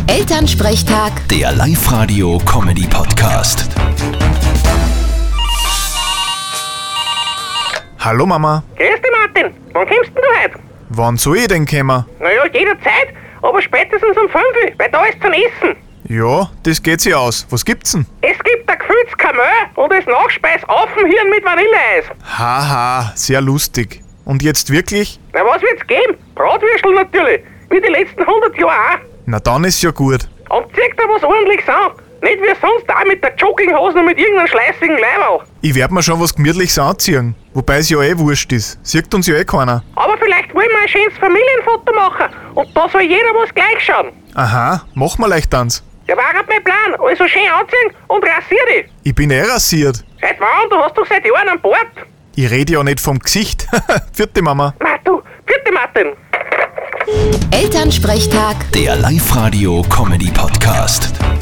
Elternsprechtag, Der Live-Radio-Comedy-Podcast. Hallo Mama, Grüß dich, Martin. Wann kommst denn du heute? wann soll ich denn kommen? Naja, jederzeit, aber spätestens um 5 Uhr, weil da ist zum Essen. Ja, das geht sich aus. Was gibt's denn? Es gibt ein gefülltes Kamel und als Nachspeis Affenhirn mit Vanilleeis. Haha, sehr lustig. Und jetzt wirklich? Na, was wird's geben? Bratwürstel natürlich, wie die letzten 100 Jahre auch. Na dann ist ja gut. Und zieh da was ordentliches an. Nicht wie sonst auch mit der Jogginghose und mit irgendeinem schleißigen Leiberl. Ich werd mir schon was Gemütliches anziehen. Wobei es ja eh wurscht ist. Sieht uns ja eh keiner. Aber vielleicht wollen wir ein schönes Familienfoto machen und da soll jeder was gleich schauen. Aha, mach mal leicht eins. Ja, war halt mein Plan. Also schön anziehen und rasier dich. Ich bin eh rasiert. Seit wann? Du hast doch seit Jahren an Bord. Ich rede ja nicht vom Gesicht. Vierte Mama. Na du, bitte Martin. Elternsprechtag. Der Live-Radio-Comedy-Podcast.